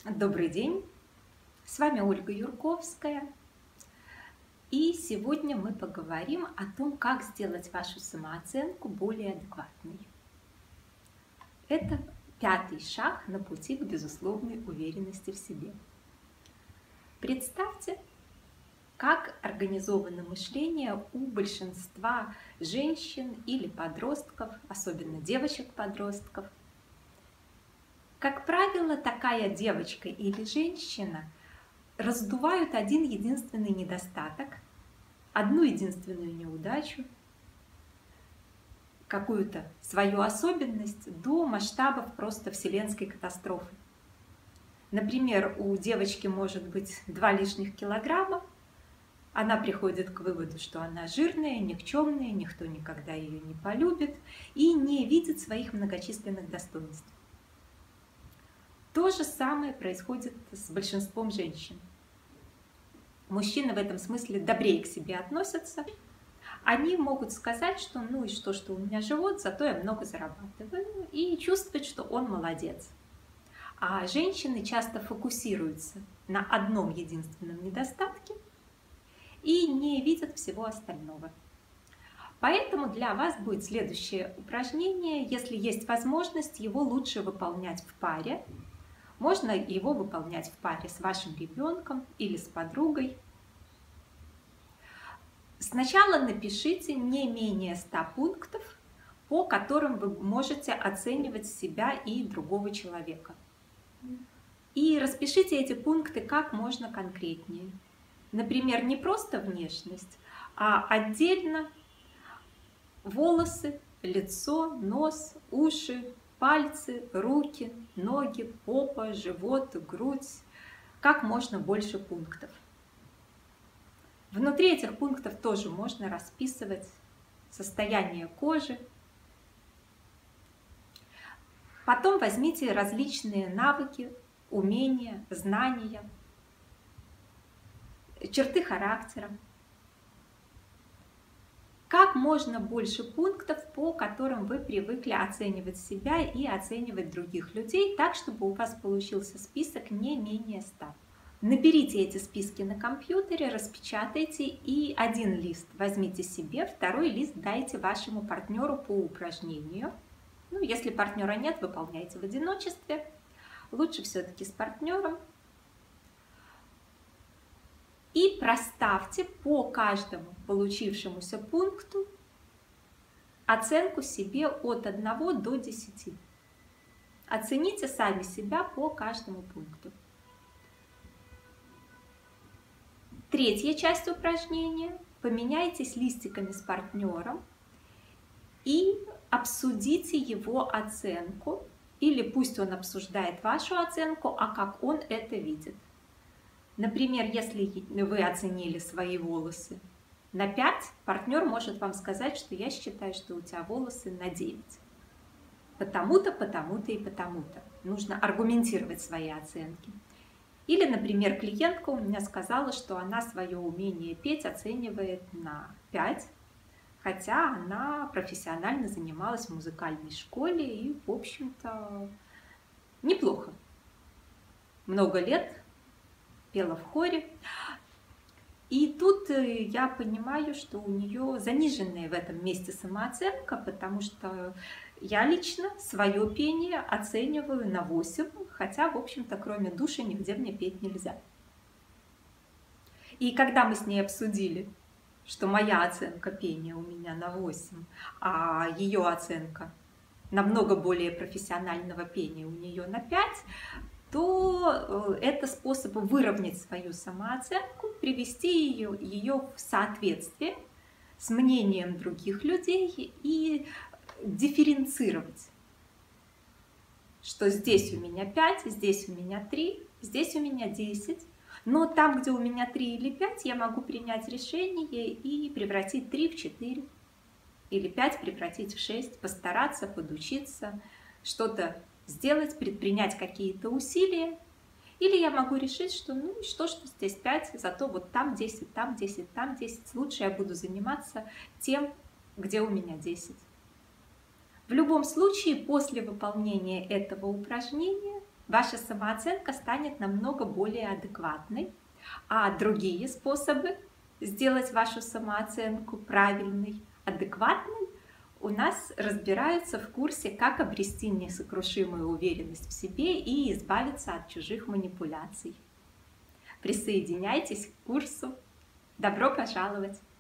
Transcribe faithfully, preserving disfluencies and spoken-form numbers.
Добрый день, с вами Ольга Юрковская, и сегодня мы поговорим о том, как сделать вашу самооценку более адекватной. Это пятый шаг на пути к безусловной уверенности в себе. Представьте, как организовано мышление у большинства женщин или подростков, особенно девочек-подростков. Как правило, такая девочка или женщина раздувают один единственный недостаток, одну единственную неудачу, какую-то свою особенность до масштабов просто вселенской катастрофы. Например, у девочки может быть два лишних килограмма, она приходит к выводу, что она жирная, никчемная, никто никогда ее не полюбит и не видит своих многочисленных достоинств. То же самое происходит с большинством женщин. Мужчины в этом смысле добрее к себе относятся. Они могут сказать, что ну и что, что у меня живот, зато я много зарабатываю, и чувствовать, что он молодец. А женщины часто фокусируются на одном единственном недостатке и не видят всего остального. Поэтому для вас будет следующее упражнение. Если есть возможность, его лучше выполнять в паре. Можно его выполнять в паре с вашим ребенком или с подругой. Сначала напишите не менее ста пунктов, по которым вы можете оценивать себя и другого человека. И распишите эти пункты как можно конкретнее. Например, не просто внешность, а отдельно волосы, лицо, нос, уши, пальцы, руки, ноги, попа, живот, грудь, как можно больше пунктов. Внутри этих пунктов тоже можно расписывать состояние кожи. Потом возьмите различные навыки, умения, знания, черты характера. Как можно больше пунктов, по которым вы привыкли оценивать себя и оценивать других людей, так, чтобы у вас получился список не менее ста. Наберите эти списки на компьютере, распечатайте и один лист возьмите себе, второй лист дайте вашему партнеру по упражнению. Ну, если партнера нет, выполняйте в одиночестве. Лучше все-таки с партнером. И проставьте по каждому получившемуся пункту оценку себе от одного до десяти. Оцените сами себя по каждому пункту. Третья часть упражнения. Поменяйтесь листиками с партнером и обсудите его оценку. Или пусть он обсуждает вашу оценку, а как он это видит. Например, если вы оценили свои волосы на пять, партнер может вам сказать, что я считаю, что у тебя волосы на девять. Потому-то, потому-то и потому-то. Нужно аргументировать свои оценки. Или, например, клиентка у меня сказала, что она свое умение петь оценивает на пять, хотя она профессионально занималась в музыкальной школе и, в общем-то, неплохо. Много лет пела в хоре. И тут я понимаю, что у нее заниженная в этом месте самооценка, потому что я лично свое пение оцениваю на восемь, хотя, в общем-то, кроме души нигде мне петь нельзя. И когда мы с ней обсудили, что моя оценка пения у меня на восемь, а ее оценка намного более профессионального пения у нее на пять, то это способ выровнять свою самооценку, привести ее, ее в соответствие с мнением других людей и дифференцировать, что здесь у меня пять, здесь у меня три, здесь у меня десять, но там, где у меня три или пять, я могу принять решение и превратить три в четыре, или пять превратить в шесть, постараться, подучиться, что-то сделать, предпринять какие-то усилия. Или я могу решить, что ну что, что здесь пять, зато вот там десять, там десять, там десять. Лучше я буду заниматься тем, где у меня десять. В любом случае, после выполнения этого упражнения ваша самооценка станет намного более адекватной, а другие способы сделать вашу самооценку правильной, адекватной у нас разбираются в курсе «Как обрести несокрушимую уверенность в себе и избавиться от чужих манипуляций». Присоединяйтесь к курсу. Добро пожаловать!